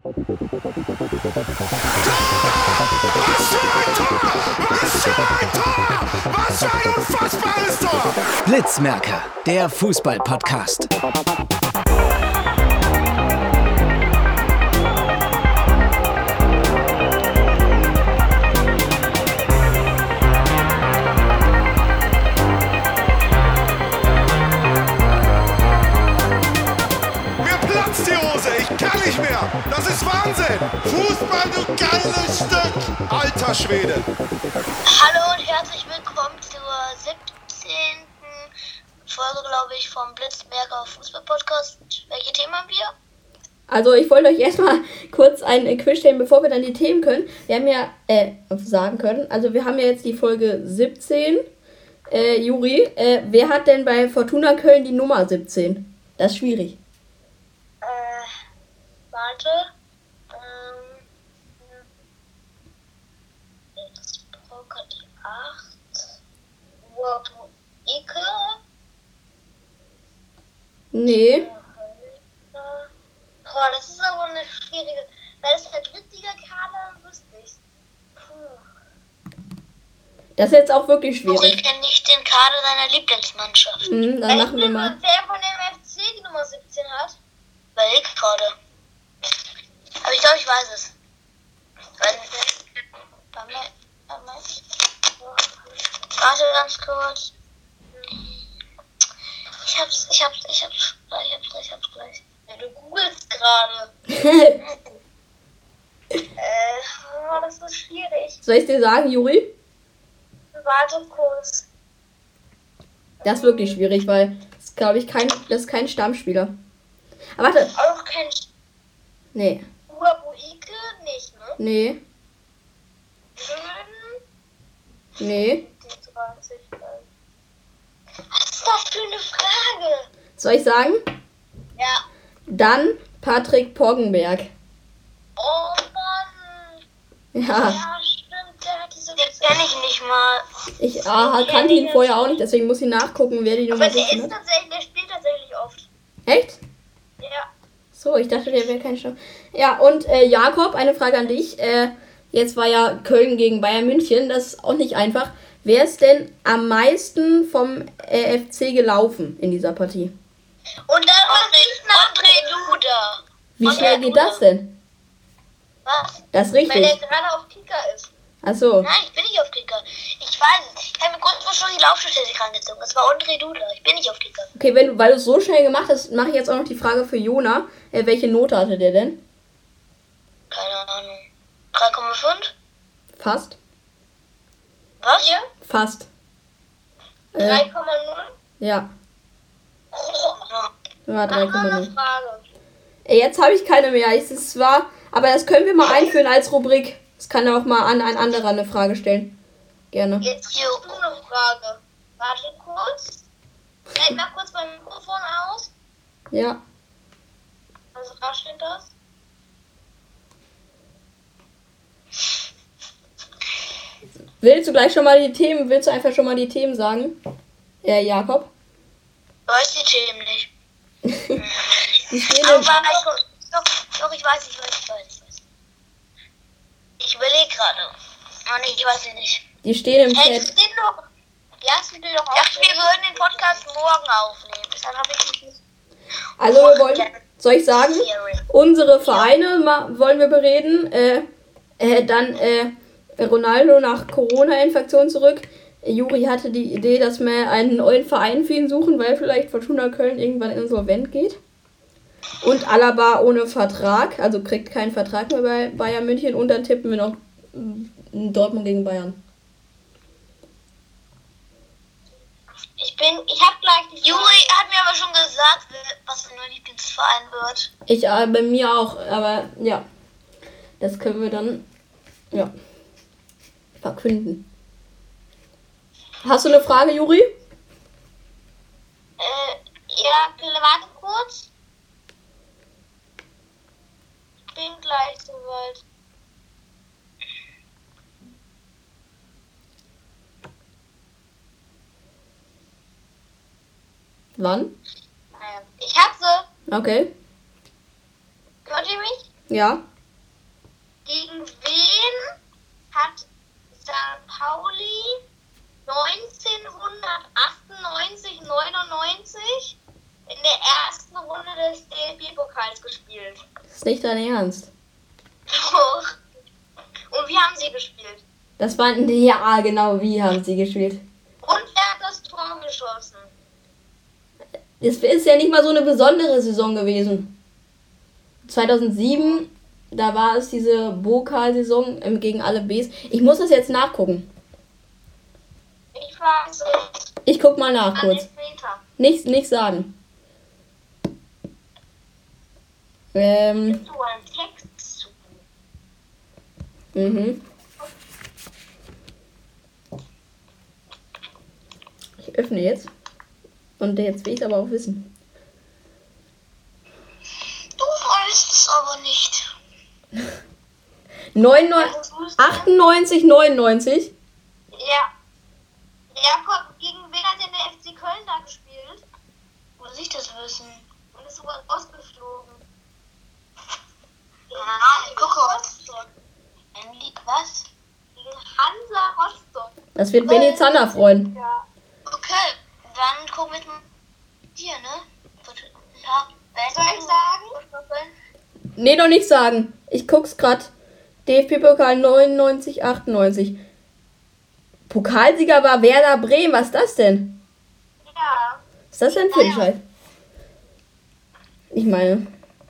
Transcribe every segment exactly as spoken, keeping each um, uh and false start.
Was für ein unfassbares Tor! Blitzmerker, der Fußball-Podcast. Mir platzt die Hose, ich kann nicht mehr! Das ist Wahnsinn! Fußball, du geiles Stück! Alter Schwede! Hallo und herzlich willkommen zur siebzehnten Folge, glaube ich, vom Blitzmerker Fußball-Podcast. Welche Themen haben wir? Also ich wollte euch erstmal kurz ein Quiz stellen, bevor wir dann die Themen können. Wir haben ja, äh, sagen können, also wir haben ja jetzt die Folge siebzehn. Äh, Juri, äh, wer hat denn bei Fortuna Köln die Nummer siebzehn? Das ist schwierig. Äh, warte. Ähm, jetzt brauche die acht. Wabu Ike. Nee. Boah, das ist aber eine schwierige. Weil es der Drittliga-Kader, wüsste ich. Puh. Das ist jetzt auch wirklich Uri schwierig. kennt nicht den Kader seiner Lieblingsmannschaft. Mhm, dann machen wir mal. Wer von dem F C die Nummer siebzehn hat? Überleg gerade. Aber ich glaube, ich weiß es. Weil, warte ganz kurz. Ich hab's, ich hab's, ich hab's, ich hab's, ich hab's gleich. Ja, du googelst gerade. äh, oh, das ist schwierig. Soll ich dir sagen, Juri? Warte kurz. Das ist wirklich schwierig, weil das glaube ich kein, das ist kein Stammspieler. Aber warte. Auch kein Nee. Uabuike, nicht, ne? Nee. Schön. Nee. zwanzig. Was ist das für eine Frage? Soll ich sagen? Ja. Dann Patrick Poggenberg. Oh Mann. Ja. Ja, stimmt. Der hat diese. Den kenne ich nicht mal. Ich ah, kannte ihn vorher auch nicht, deswegen muss ich nachgucken, wer die Nummer Aber der siebzehn ist hat. tatsächlich, der spielt tatsächlich oft. Echt? Ja. So, ich dachte, der wäre kein Stamm. Ja, und äh, Jakob, eine Frage an dich. Äh, jetzt war ja Köln gegen Bayern München, das ist auch nicht einfach. Wer ist denn am meisten vom äh, F C gelaufen in dieser Partie? Und dann André, André Duda. Wie André schnell geht Duda. das denn? Was? Das ist Weil der richtig. gerade auf Kicker ist. Achso. Nein, ich bin nicht auf Kicker. Ich weiß es. Ich habe mir kurz schon die Laufstatistik rangezogen. Das war André Duda. Ich bin nicht auf Kicker. Okay, wenn du, weil du es so schnell gemacht hast, mache ich jetzt auch noch die Frage für Jona. Äh, welche Note hatte der denn? Keine Ahnung. drei Komma fünf? Fast. Was? Hier? Fast. Äh, drei Komma null? ja, Oh, war drei Komma eine null. Frage. Ey, jetzt habe ich keine mehr. Es ist zwar, aber das können wir mal einführen als Rubrik. Das kann auch mal an ein anderer eine Frage stellen. Gerne. Jetzt hast du eine Frage. Warte kurz. Halt mal kurz mein Mikrofon aus. Ja. Also raschelt das. Willst du gleich schon mal die Themen, willst du einfach schon mal die Themen sagen? Ja, Jakob? Weiß die Themen nicht. Die stehen Aber im, ich, doch, doch, ich weiß, ich weiß, ich weiß, ich weiß. Ich überlege gerade. Oh nee, ich weiß sie nicht. die stehen im Hey, Chat. steht noch. Ja, es steht noch. Ja, wir würden den Podcast morgen aufnehmen. Deshalb habe ich mich nicht. Also wir wollen, soll ich sagen, unsere Vereine ma- wollen wir bereden. Äh, äh, dann äh, Ronaldo nach Corona-Infektion zurück. Juri hatte die Idee, dass wir einen neuen Verein für ihn suchen, weil vielleicht Fortuna Köln irgendwann insolvent geht. Und Alaba ohne Vertrag, also kriegt keinen Vertrag mehr bei Bayern München. Und dann tippen wir noch mm, Dortmund gegen Bayern. Ich bin, ich habe gleich die Juri hat mir aber schon gesagt, was mein neuer Lieblingsverein wird. Ich äh, bei mir auch, aber ja, das können wir dann ja verkünden. Hast du eine Frage, Juri? Äh, ja, warte kurz. Ich bin gleich soweit. Wann? Ich hab sie. Okay. Hört ihr mich? Ja. hat Sankt Pauli neunzehnhundertachtundneunzig neunundneunzig in der ersten Runde des D F B-Pokals gespielt. Das ist nicht dein Ernst. Doch. Und wie haben sie gespielt? Das war, ja genau, wie haben sie gespielt? Und wer hat das Tor geschossen? Es ist ja nicht mal so eine besondere Saison gewesen. zweitausendsieben, da war es diese Pokalsaison ähm, gegen alle Bs. Ich muss das jetzt nachgucken. Ich weiß es. Ich guck mal nach kurz. Nichts nicht sagen. Ähm. Bist du einen Text zu? Mhm. Ich öffne jetzt. Und jetzt will ich es aber auch wissen. Du weißt es aber nicht. neunundneunzig, achtundneunzig, neunundneunzig. Ja. Jakob, gegen wen hat denn der F C Köln da gespielt? Muss ich das wissen? Und ist sogar rausgeflogen. Ja, ich gucke Rostock. Was? Gegen Hansa Rostock. Das wird Benny Zander freuen. Ja. Okay, dann gucken wir jetzt mal dir, ne? Ja. Soll ich sagen? Nee, noch nicht sagen. Ich guck's grad. D F B-Pokal neunundneunzig, achtundneunzig. Pokalsieger war Werder Bremen. Was ist das denn? Ja. Was ist das denn für ein Scheiß? Ich meine.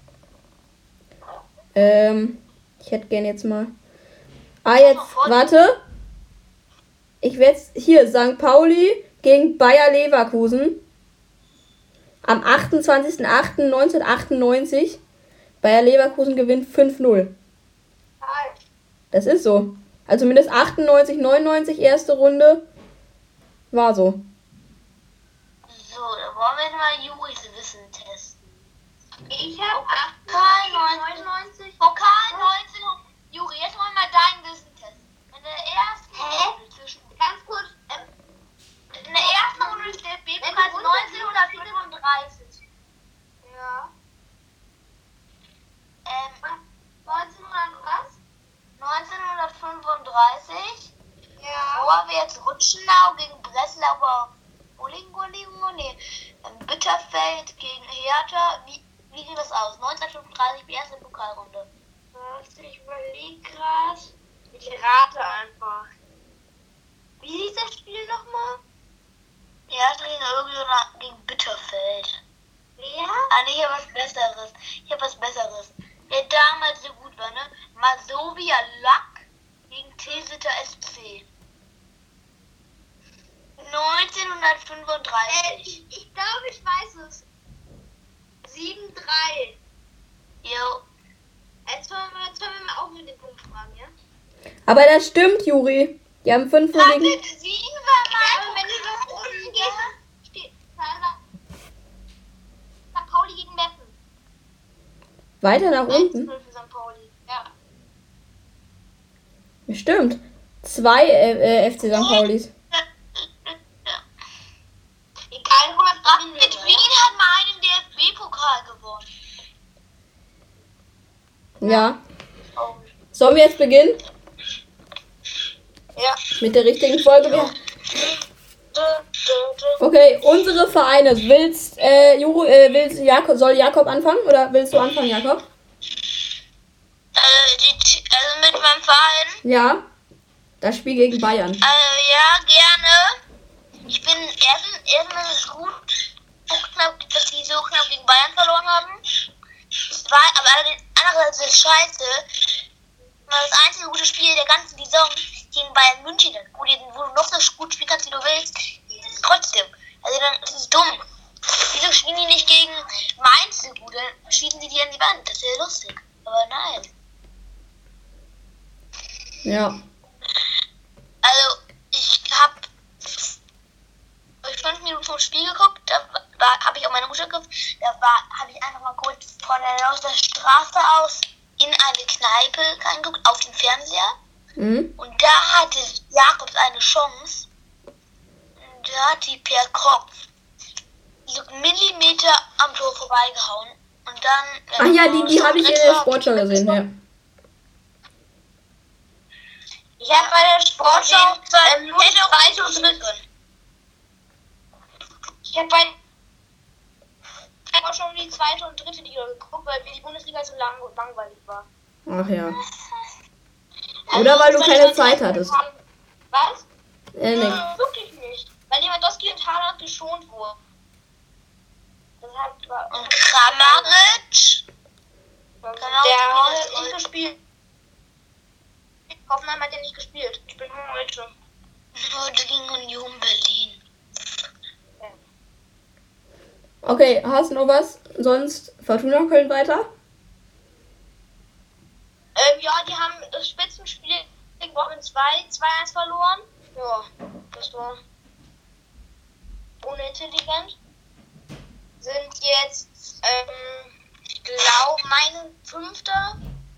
Ähm, ich hätte gern jetzt mal. Ah, jetzt, warte. Ich werde hier Sankt Pauli gegen Bayer Leverkusen. Am achtundzwanzigster achter neunzehnhundertachtundneunzig. Bayer Leverkusen gewinnt fünf null. Das ist so. Also mindestens achtundneunzig, neunundneunzig, erste Runde. War so. So, da wollen wir mal Juris Wissen testen. Ich habe Pokal neunundneunzig. Pokal neunzehn. Juri, jetzt wollen wir mal dein Wissen testen. In der ersten Runde zwischen. Ganz kurz. Ähm, in der ersten Runde des D F B-Pokals neunzehnhundertfünfunddreißig. Ja. Ähm, neunzehnhundert was? neunzehnhundertfünfunddreißig. Ja. Vorwärts Rutschenau gegen Breslauer Bullingolingo, nee, Bitterfeld gegen Hertha. Wie, wie geht das aus? neunzehnhundertfünfunddreißig, die erste Pokalrunde. Ich überlege gerade. Ich rate einfach. Wie hieß das Spiel nochmal? Hertha gegen irgendwie gegen Bitterfeld. Ja? Ah, nee, ich habe was Besseres. Ich habe was Besseres. Der damals so gut war, ne? Masovia Lack gegen Tilsiter S C. neunzehnhundertfünfunddreißig. Äh, ich ich glaube, ich weiß es. sieben drei. Jo. Jetzt wollen wir, jetzt wollen wir mal auch mit dem Punkt fragen, ja? Aber das stimmt, Juri. Die haben fünf null gegen... sieben war mal... Ja, wenn du nach unten gehst, steht... Sankt Pauli gegen Meppen. Weiter nach unten? Für Sankt Pauli. Ja. Stimmt. Zwei äh, F C Sankt Paulis. Egal, was mit Wien hat mal einen D F B-Pokal gewonnen. Ja. Sollen wir jetzt beginnen? Ja. Mit der richtigen Folge? Ja. Okay, unsere Vereine. Willst, äh, Juro, äh, willst Jakob, soll Jakob anfangen? Oder willst du anfangen, Jakob? Äh, die, also mit meinem Verein? Ja. Das Spiel gegen Bayern. Also, ja, gerne. Ich bin erstens, erstmal ist es gut, so knapp, dass die so knapp gegen Bayern verloren haben. Zwei, aber andererseits ist es scheiße. Das einzige gute Spiel der ganzen Saison gegen Bayern München, wo du noch so gut spielen kannst, wie du willst, trotzdem. Also dann ist es dumm. Wieso spielen die nicht gegen Mainz so gut? Dann schießen sie die an die Wand. Das wäre lustig. Aber nein. Ja. Also, ich habe fünf Minuten vom Spiel geguckt, da habe ich auch meine Mutter geguckt, da habe ich einfach mal kurz von der, aus der Straße aus in eine Kneipe reingeguckt, auf den Fernseher. Mhm. Und da hatte Jakobs eine Chance. Und da hat die per Kopf so Millimeter am Tor vorbeigehauen. Und dann... Ach ja, die, die habe ich in der Sportschau gesehen, ja. Ich habe bei der Sportschau ähm, nur die zweite und dritte. Ich habe bei der Sportschau die zweite und dritte Liga geguckt, weil mir die Bundesliga so lang und langweilig war. Ach ja. Oder weil du keine Zeit hattest. Was? Äh, nee. Hm, wirklich nicht. Weil Lewandowski und Haaland geschont wurden. Deshalb war und Kramaric. Der hat nicht gespielt. Hoffenheim hat ja nicht gespielt. Ich bin heute. Heute gegen Union Berlin. Okay, hast du noch was? Sonst Fortuna Köln weiter? Ähm, ja, die haben das Spitzenspiel gegen Wochen zwei, zwei eins verloren. Ja, das war unintelligent. Sind jetzt, ähm, ich glaube, mein Fünfter.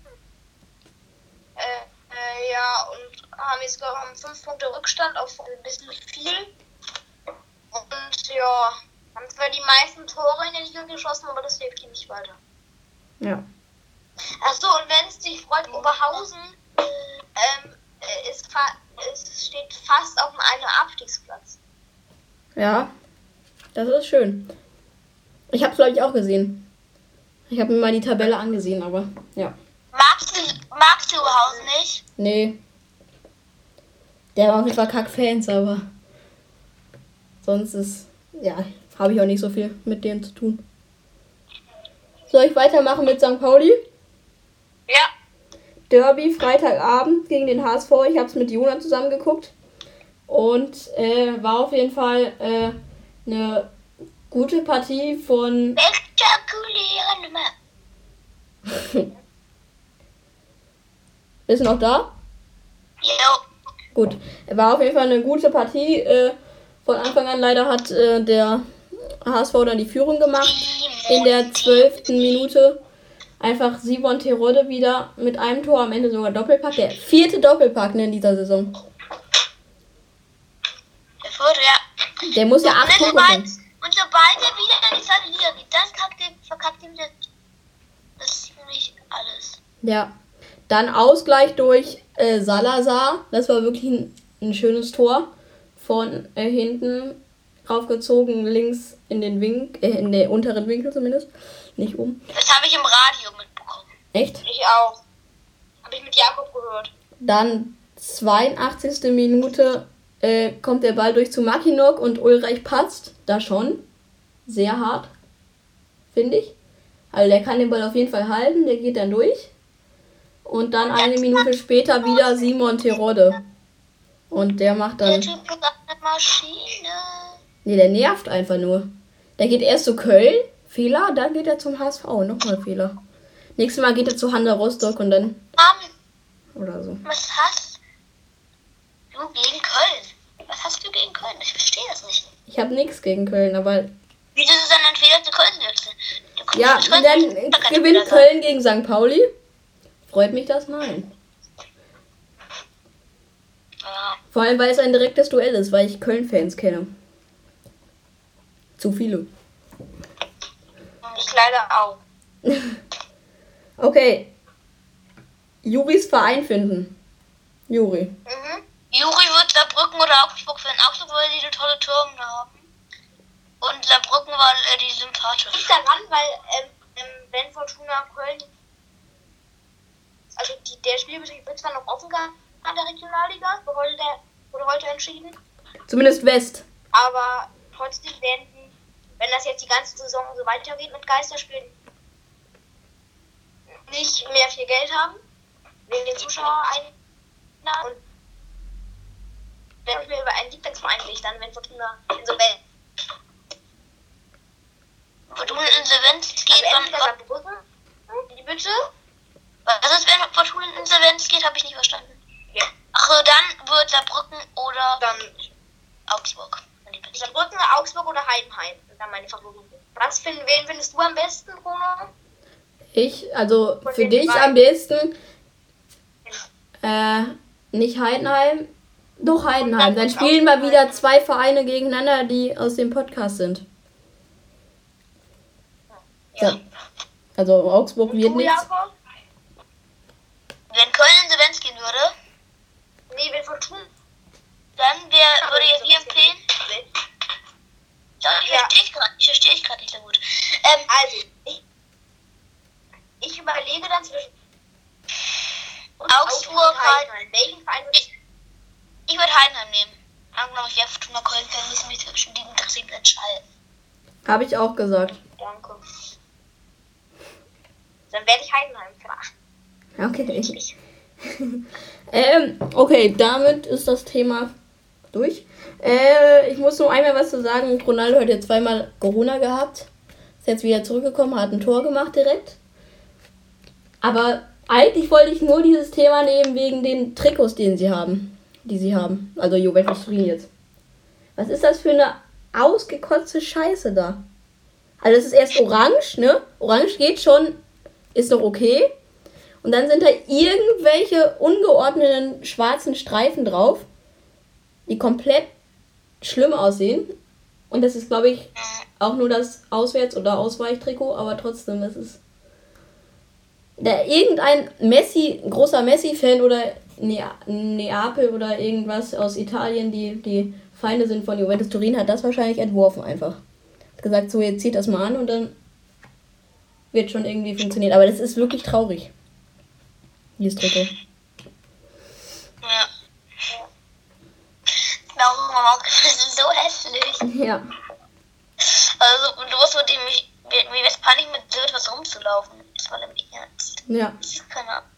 Äh, äh, ja, und haben jetzt, glaube ich, fünf Punkte Rückstand auf ein bisschen viel. Und ja, haben zwar die meisten Tore in der Liga geschossen, aber das hilft ihnen nicht weiter. Ja. Achso, und wenn es dich freut, Oberhausen ähm, ist fa- es steht fast auf einem Abstiegsplatz. Ja, das ist schön. Ich habe es, glaube ich, auch gesehen. Ich habe mir mal die Tabelle angesehen, aber ja. Magst du, magst du Oberhausen nicht? Nee. Der war auf jeden Fall Kack-Fans, aber sonst ist, ja, habe ich auch nicht so viel mit denen zu tun. Soll ich weitermachen mit Sankt Pauli? Ja. Derby, Freitagabend gegen den H S V. Ich habe es mit Jona zusammen geguckt. Und äh, war auf jeden Fall äh, eine gute Partie von... Spektakuläre Nummer. Bist du noch da? Jo. Gut. War auf jeden Fall eine gute Partie. Äh, von Anfang an leider hat äh, der H S V dann die Führung gemacht. In der zwölften Minute einfach Simon Terodde wieder mit einem Tor, am Ende sogar Doppelpack. Der vierte Doppelpack in dieser Saison. Der vierte, ja. Der muss ja acht Und Tore sobald, machen. und sobald er wieder in die zweite Liga geht, dann kackt er, verkackt ihm das, das ziemlich alles. Ja. Dann Ausgleich durch äh, Salazar. Das war wirklich ein, ein schönes Tor. Von äh, hinten raufgezogen, links in den Wink, äh, in den unteren Winkel zumindest. Nicht um. Das habe ich im Radio mitbekommen. Echt? Ich auch. Habe ich mit Jakob gehört. Dann zweiundachtzigste Minute äh, kommt der Ball durch zu Mackinock und Ulreich patzt. Da schon. Sehr hart. Finde ich. Also der kann den Ball auf jeden Fall halten. Der geht dann durch. Und dann eine Minute später wieder Simon Terodde. Und der macht Der dann... Typ ist eine Maschine. Nee, der nervt einfach nur. Der geht erst zu Köln, Fehler, dann geht er zum H S V, nochmal Fehler. Nächstes Mal geht er zu Hansa Rostock und dann... Mom, Oder so. was hast du gegen Köln? Was hast du gegen Köln? Ich verstehe das nicht. Ich habe nichts gegen Köln, aber... Wieso ist es dann ein Fehler zu Köln wechseln? Du kannst Ja, nicht und Köln- dann da kann gewinnt ich wieder Köln gegen Sankt Pauli. Freut mich das? Nein. Ja. Vor allem, weil es ein direktes Duell ist, weil ich Köln-Fans kenne. Zu viele. Ich leider auch. Okay. Juris Verein finden. Juri. Mhm. Juri wird Saarbrücken oder Augsburg finden. Augsburg, weil die eine tolle Türme haben. Und Saarbrücken, weil äh, die sympathisch. Liegt daran, weil ähm, ähm, wenn Fortuna Köln, also die, der Spielbetrieb wird zwar noch offen gehalten an der Regionalliga, wurde heute, der, wurde heute entschieden, Zumindest West. aber trotzdem werden die, wenn das jetzt die ganze Saison so weitergeht mit Geisterspielen, nicht mehr viel Geld haben, wegen den Zuschauereinnahmen. Und wenn ich mir über einen Lieblingsverein eigentlich dann, wenn Fortuna insolvent Fortuna insolvent geht, dann Saarbrücken. Wie bitte? Was ist, wenn Fortuna insolvent geht, habe ich nicht verstanden. Ja. Ach, dann wird Saarbrücken oder dann Augsburg. Saarbrücken, Augsburg oder Heidenheim. Dann meine Favoriten. Was finden, wen findest du am besten, Bruno? Ich, also Von für den dich drei. am besten äh, nicht Heidenheim, doch Heidenheim. Dann spielen mal wieder zwei Vereine gegeneinander, die aus dem Podcast sind. Ja. Ja. Also Augsburg wird Du, nichts. Jakob? Wenn Köln insolvenz gehen würde? Nee, und Augsburg, Heidenheim. Welchen Verein würde ich... Ich würde Heidenheim nehmen. Angenommen, ich wäre Fortuna Köln-Fan, müssen wir zwischen diesen Teams entscheiden. Habe ich auch gesagt. Danke. Dann werde ich Heidenheim fahren. Okay. ähm, okay, damit ist das Thema durch. Äh, ich muss nur einmal was zu sagen. Ronaldo hat jetzt zweimal Corona gehabt. Ist jetzt wieder zurückgekommen, hat ein Tor gemacht direkt. Aber eigentlich wollte ich nur dieses Thema nehmen wegen den Trikots, den sie haben. Die sie haben. Also Juventus Turin jetzt. Was ist das für eine ausgekotzte Scheiße da? Also es ist erst orange, ne? Orange geht schon, ist noch okay. Und dann sind da irgendwelche ungeordneten schwarzen Streifen drauf, die komplett schlimm aussehen. Und das ist, glaube ich, auch nur das Auswärts- oder Ausweichtrikot, aber trotzdem, das ist... Da irgendein Messi, großer Messi-Fan oder ne- Neapel oder irgendwas aus Italien, die, die Feinde sind von Juventus Turin, hat das wahrscheinlich entworfen einfach. Hat gesagt, so, jetzt zieht das mal an und dann wird schon irgendwie funktionieren. Aber das ist wirklich traurig. Dieses Trikot. Ja. Ja. Das ist so hässlich. Ja. Also, du musst mit dem, mir wäre es peinlich, mit so etwas rumzulaufen. Das war nämlich ernst. Ja. Keine Ahnung.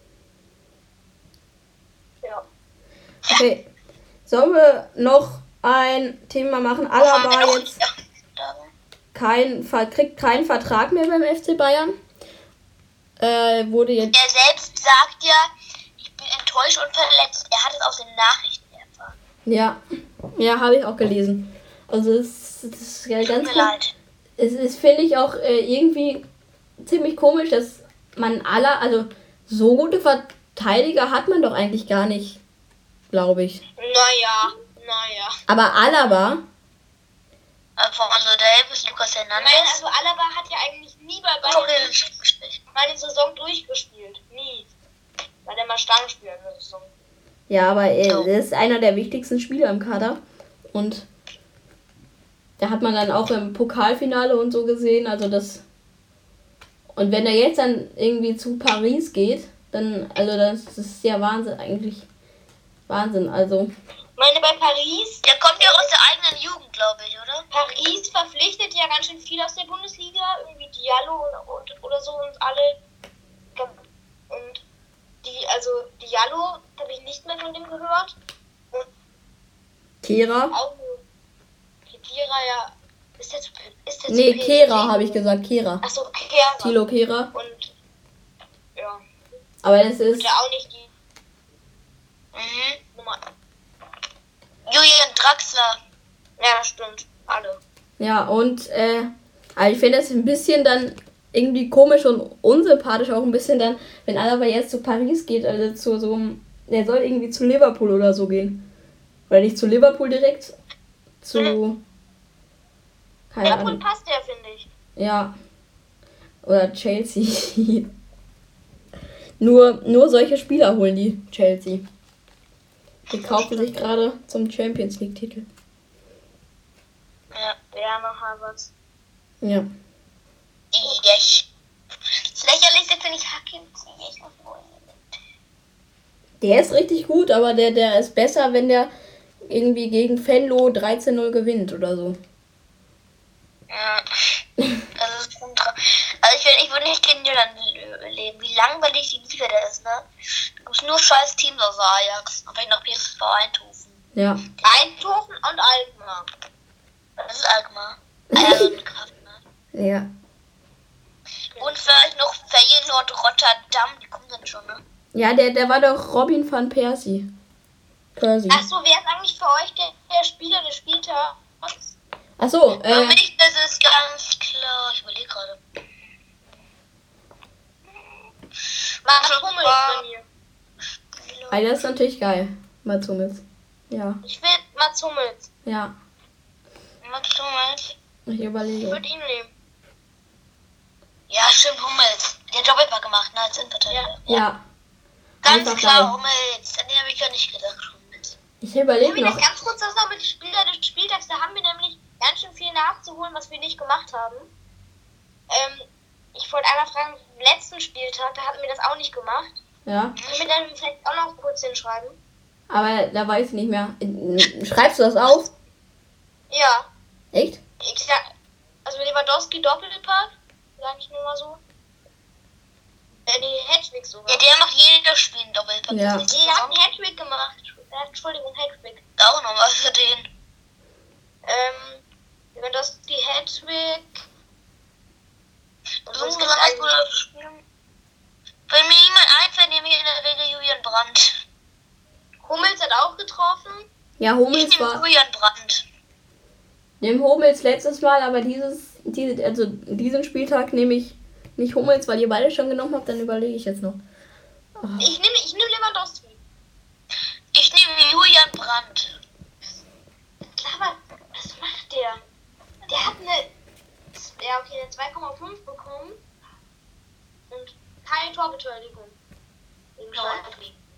Ja. Okay. Sollen wir noch ein Thema machen? Alaba noch, jetzt ja. kein, kriegt keinen Vertrag mehr beim F C Bayern. Äh, wurde jetzt... Er selbst sagt ja, ich bin enttäuscht und verletzt. Er hat es aus den Nachrichten erfahren. Ja, ja, habe ich auch gelesen. Also es, es ist ja ganz... Tut mir leid. Es ist, finde ich, auch äh, irgendwie ziemlich komisch, dass man alle, also so gute Verteidiger hat man doch eigentlich gar nicht, glaube ich. Naja, naja. Aber Alaba... Alfonso Davies, Lucas Hernandez. Nein, also Alaba hat ja eigentlich nie bei Bayern meine Saison durchgespielt. Nie. Weil der mal Stangen spielt in der Saison. Ja, aber er ist einer der wichtigsten Spieler im Kader. Und da hat man dann auch im Pokalfinale und so gesehen, also das... Und wenn er jetzt dann irgendwie zu Paris geht, dann, also das, das ist ja Wahnsinn, eigentlich Wahnsinn, also... Ich meine, bei Paris... Der kommt ja aus der eigenen Jugend, glaube ich, oder? Paris verpflichtet ja ganz schön viel aus der Bundesliga, irgendwie Diallo und, und, oder so und alle... Und die, also Diallo, habe ich nicht mehr von dem gehört. Und Kehra? Auch Kehra, ja... Ist der zu, ist der Nee, zu Kehra habe ich gesagt, Kehra. Achso, Kehra. Thilo Kehra. Und, ja. Aber das ist... Ja, auch nicht die... Mhm. Nummer... Julian Draxler. Ja, das stimmt. Alle. Ja, und, äh... aber ich finde das ein bisschen dann irgendwie komisch und unsympathisch auch ein bisschen dann, wenn Alaba jetzt zu Paris geht, also zu so einem... Der soll irgendwie zu Liverpool oder so gehen. Oder nicht zu Liverpool direkt, zu... Mhm. Keine Liverpool Ahnung. Passt der, finde ich. Ja. Oder Chelsea. nur, nur solche Spieler holen die Chelsea. Die kaufen sich gerade zum Champions League Titel. Ja, Werner Havertz. Ja. Ziyech. Das Lächerlichste finde ich Hakim Ziyech. Der ist richtig gut, aber der, der ist besser, wenn der irgendwie gegen Venlo dreizehn null gewinnt oder so. Ja, das ist schon traurig. Also ich, will, ich würde nicht gegen Irland leben. Wie langweilig die Liga da ist, ne? Da gibt nur scheiß Teams außer Ajax. Und vielleicht noch P S V Eindhoven. Ja. Eindhoven und Alkmaar. Das ist Alkmaar. Also Kraft, ne? Ja. Und vielleicht noch Feyenoord Rotterdam. Die kommen dann schon, ne? Ja, der, der war doch Robin van Persie. Persie. Achso, wer ist eigentlich für euch der, der Spieler des Spieltags? Achso, äh... Für mich, das ist ganz klar. Ich überlege gerade. Mats Hummels bei mir. Ah, das ist natürlich geil. Mats Hummels. Ja. Ich will Mats Hummels. Ja. Mats Hummels. Ich überlege. Ich würde ihn nehmen. Ja, stimmt, Hummels. Der hat Doppelpack gemacht, ne, als Innenverteidiger. Ja. ja. Ganz Einfach klar, geil. Hummels. An den habe ich gar nicht gedacht, Hummels. Ich überlege Haben wir noch. das ganz kurz das noch mit Spieler des Spieltags? Da haben wir nämlich ganz schön viel nachzuholen, was wir nicht gemacht haben. Ähm, ich wollte einmal fragen, letzten Spieltag, da hatten wir das auch nicht gemacht. Ja. Ich will dann vielleicht auch noch kurz hinschreiben. Aber da weiß ich nicht mehr. Schreibst du das auf? Ja. Echt? Ich sag, also Lewandowski Doppelpack, sag ich nur mal so. Äh, die Hattrick sogar. Ja, die haben auch jedes Spiel einen Doppelpack. Ja. Die hat einen Hattrick gemacht. Äh, Entschuldigung, Hattrick. Auch nochmal für den. Ähm, Lewandowski Hattrick. Und So so gereicht wurde das Spielen. Wenn mir jemand einfällt, nehme ich in der Regel Julian Brandt. Hummels hat auch getroffen. Ja, Ich Hummels nehme war. Julian Brandt. Nimm Hummels letztes Mal, aber dieses, diese, also diesen Spieltag nehme ich nicht Hummels, weil ihr beide schon genommen habt, dann überlege ich jetzt noch. Ich nehme ich nehm Lewandowski. Ich nehme Julian Brandt. Aber was macht der? Der hat eine. Ja, okay, eine zwei Komma fünf bekommen. Und keine Torbeteiligung. Gegen Schalke.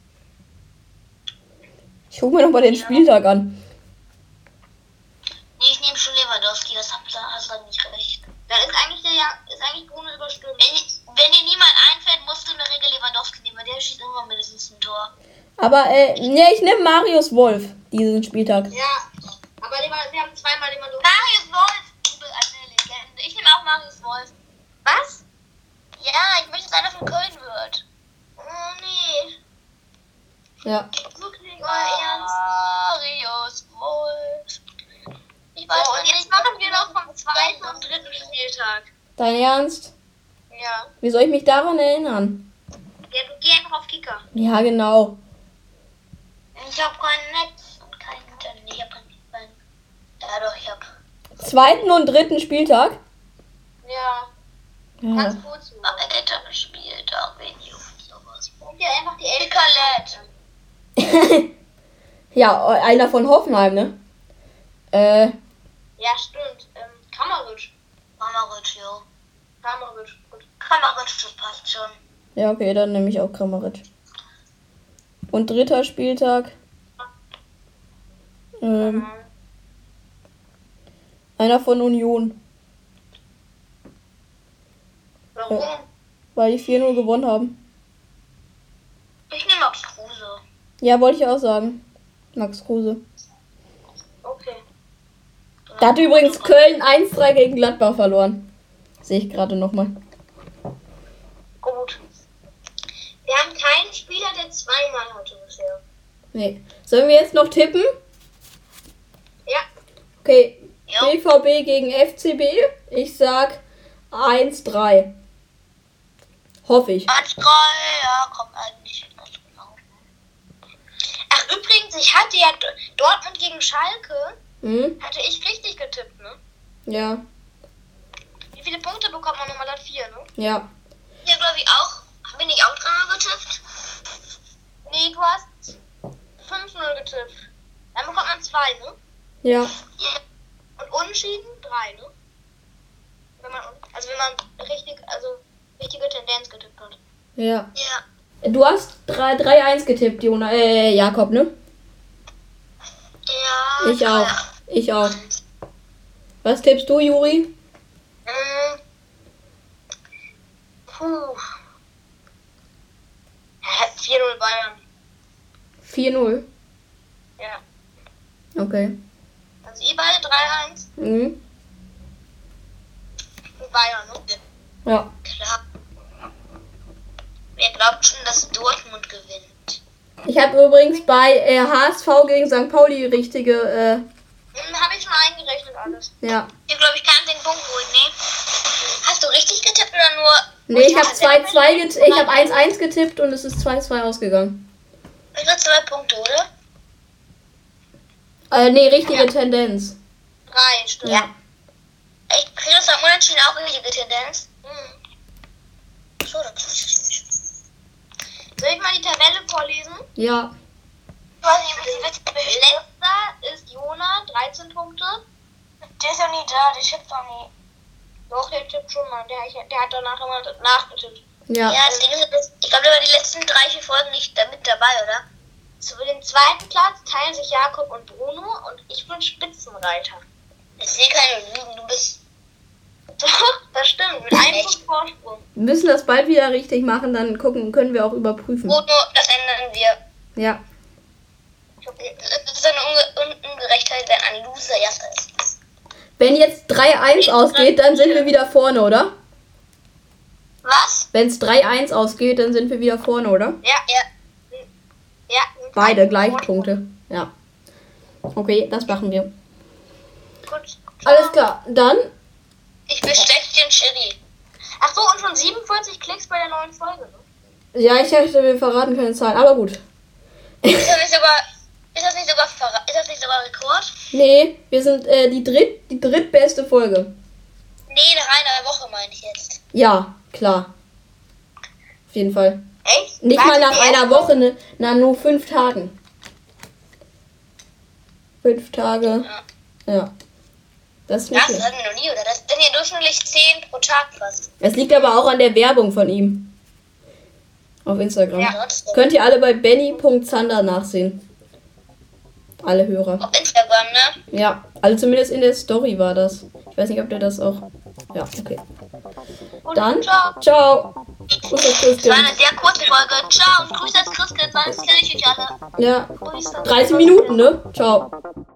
Ich gucke mir noch mal den Spieltag an. Nee, ich nehme schon Lewandowski, das hast du hast du nicht recht. Dann ist eigentlich der ja, ist eigentlich Bruno überstimmt. Wenn, wenn dir niemand einfällt, musst du in der Regel Lewandowski nehmen, weil der schießt immer mindestens ein Tor. Aber, äh, ne, ich nehme Marius Wolf diesen Spieltag. Ja, aber wir haben zweimal Lewandowski. Marius Wolf, eine Legende. Ich nehme auch Marius Wolf. Was? Ja, ich möchte, dass einer von Köln wird. Oh nee. Ja. Wirklich mal ernst. Marius Wolf. Ich weiß So, noch und jetzt nicht, machen wir noch vom zweiten und dritten Spieltag. Dein Ernst? Ja. Wie soll ich mich daran erinnern? Ja, du geh einfach auf Kicker. Ja, genau. Ich habe kein Netz und kein Internet. Ich habe kein. Ja, doch, ich habe. Zweiten und dritten Spieltag? Ja. Ja. Ganz kurz nur. Alter, Spieltag, wenn ich sowas. Guck dir einfach die Elf. Kalett. Ja, einer von Hoffenheim, ne? Äh, Ja, stimmt. Ähm, Kramaric. Kramaric, jo. Kramaric. Gut. Kramaric, das passt schon. ja, okay, dann nehme ich auch Kramaric. Und dritter Spieltag. Ähm, einer von Union. Warum? Ja. Weil die vier null gewonnen haben. Ich nehme Max Kruse. Ja, wollte ich auch sagen. Max Kruse. Okay. Da hat übrigens Köln eins drei gegen Gladbach verloren. Sehe ich gerade nochmal. Gut. Wir haben keinen Spieler, der zweimal hatte bisher. Nee. Sollen wir jetzt noch tippen? Ja. Okay. Jo. B V B gegen F C B. Ich sag eins drei. Hoffe ich. eins drei, ja, kommt eigentlich ganz genau. Ach, übrigens, ich hatte ja D- Dortmund gegen Schalke. Hm? Hatte ich richtig getippt, ne? Ja. Wie viele Punkte bekommt man nochmal? Vier, ne? Ja. Ja, glaube ich auch. Bin ich auch dran getippt? Nee, du hast fünf null getippt. Dann bekommt man zwei, ne? Ja. Ja. Und unentschieden drei, ne? Wenn man, un- also wenn man richtig, also richtige Tendenz getippt hat. Ja. Ja. Du hast drei eins getippt, Jona. Äh, Jakob, ne? Ja. Ich auch. Ich auch. Was tippst du, Juri? Mhm. Puh. Ja, vier null Bayern. vier null. Ja. Okay. Also ihr beide drei eins Mhm. und Bayern, ne? Ja. Klar. Wer glaubt schon, dass Dortmund gewinnt? Ich habe übrigens bei äh, H S V gegen Sankt Pauli richtige, äh, Mhm, habe ich schon eingerechnet alles. ja. Ich glaube, ich kann den Punkt holen, ne? Hast du richtig getippt oder nur? Nee, ich habe zwei zwei getippt, ich habe eins eins getippt und es ist zwei zwei ausgegangen. Ich glaube zwei Punkte, oder? Äh, nee, richtige Tendenz. Drei, stimmt. Ja. Ich kriege das am Unentschieden auch richtige Tendenz. Mhm. So, das wusste ich nicht. Soll ich mal die Tabelle vorlesen? Ja. Ich weiß nicht, wie Letzter ist Jona, dreizehn Punkte. Der ist ja nie da, der tippt doch nie. Doch, der tippt schon mal. Der, der hat danach immer nachgetippt. Ja. Ja, das Ding ist, das- ich glaube, der war die letzten drei, vier Folgen nicht da mit dabei, oder? Zu dem zweiten Platz teilen sich Jakob und Bruno und ich bin Spitzenreiter. Ich sehe keine Lügen, du bist... Das stimmt, mit einem Punkt Vorsprung. Wir müssen das bald wieder richtig machen, dann gucken, können wir auch überprüfen. Bruno, das ändern wir. Ja. Das ist eine Unge Ungerechtheit, wenn ein Loser erster ist. Wenn jetzt drei eins ausgeht, dann sind wir wieder vorne, oder? Was? Wenn es drei eins ausgeht, dann sind wir wieder vorne, oder? Ja, ja. Ja. Beide gleich Punkte. Ja. Okay, das machen wir. Gut. Alles klar, dann... Ich bestech den Chili. Ach so, und schon siebenundvierzig Klicks bei der neuen Folge. Ne? Ja, ich dachte, wir verraten keine Zahlen, aber gut. Ist das nicht sogar, ist das nicht sogar, verra- ist das nicht sogar Rekord? Nee, wir sind äh, die, dritt, die drittbeste Folge. Nee, nach einer Woche meine ich jetzt. Ja, klar. Auf jeden Fall. Echt? Nicht mal nach einer Woche, ne, na nur fünf Tagen. Fünf Tage. Ja. Ja. Das ist nicht Das schlecht. hatten wir noch nie, oder? Das sind ja durchschnittlich zehn pro Tag fast. Es liegt aber auch an der Werbung von ihm. Auf Instagram. Ja. Könnt ihr alle bei benny punkt zander nachsehen. Alle Hörer. Auf Instagram, ne? Ja, also zumindest in der Story war das. Ich weiß nicht, ob der das auch... Ja, okay. Und Dann, ciao. ciao. Grüß euch, Das war Christian. eine sehr kurze Folge. Ciao und grüß das Christkind, sonst kenne ich euch alle. Ja, Grüße. dreißig Minuten, ne? Ciao.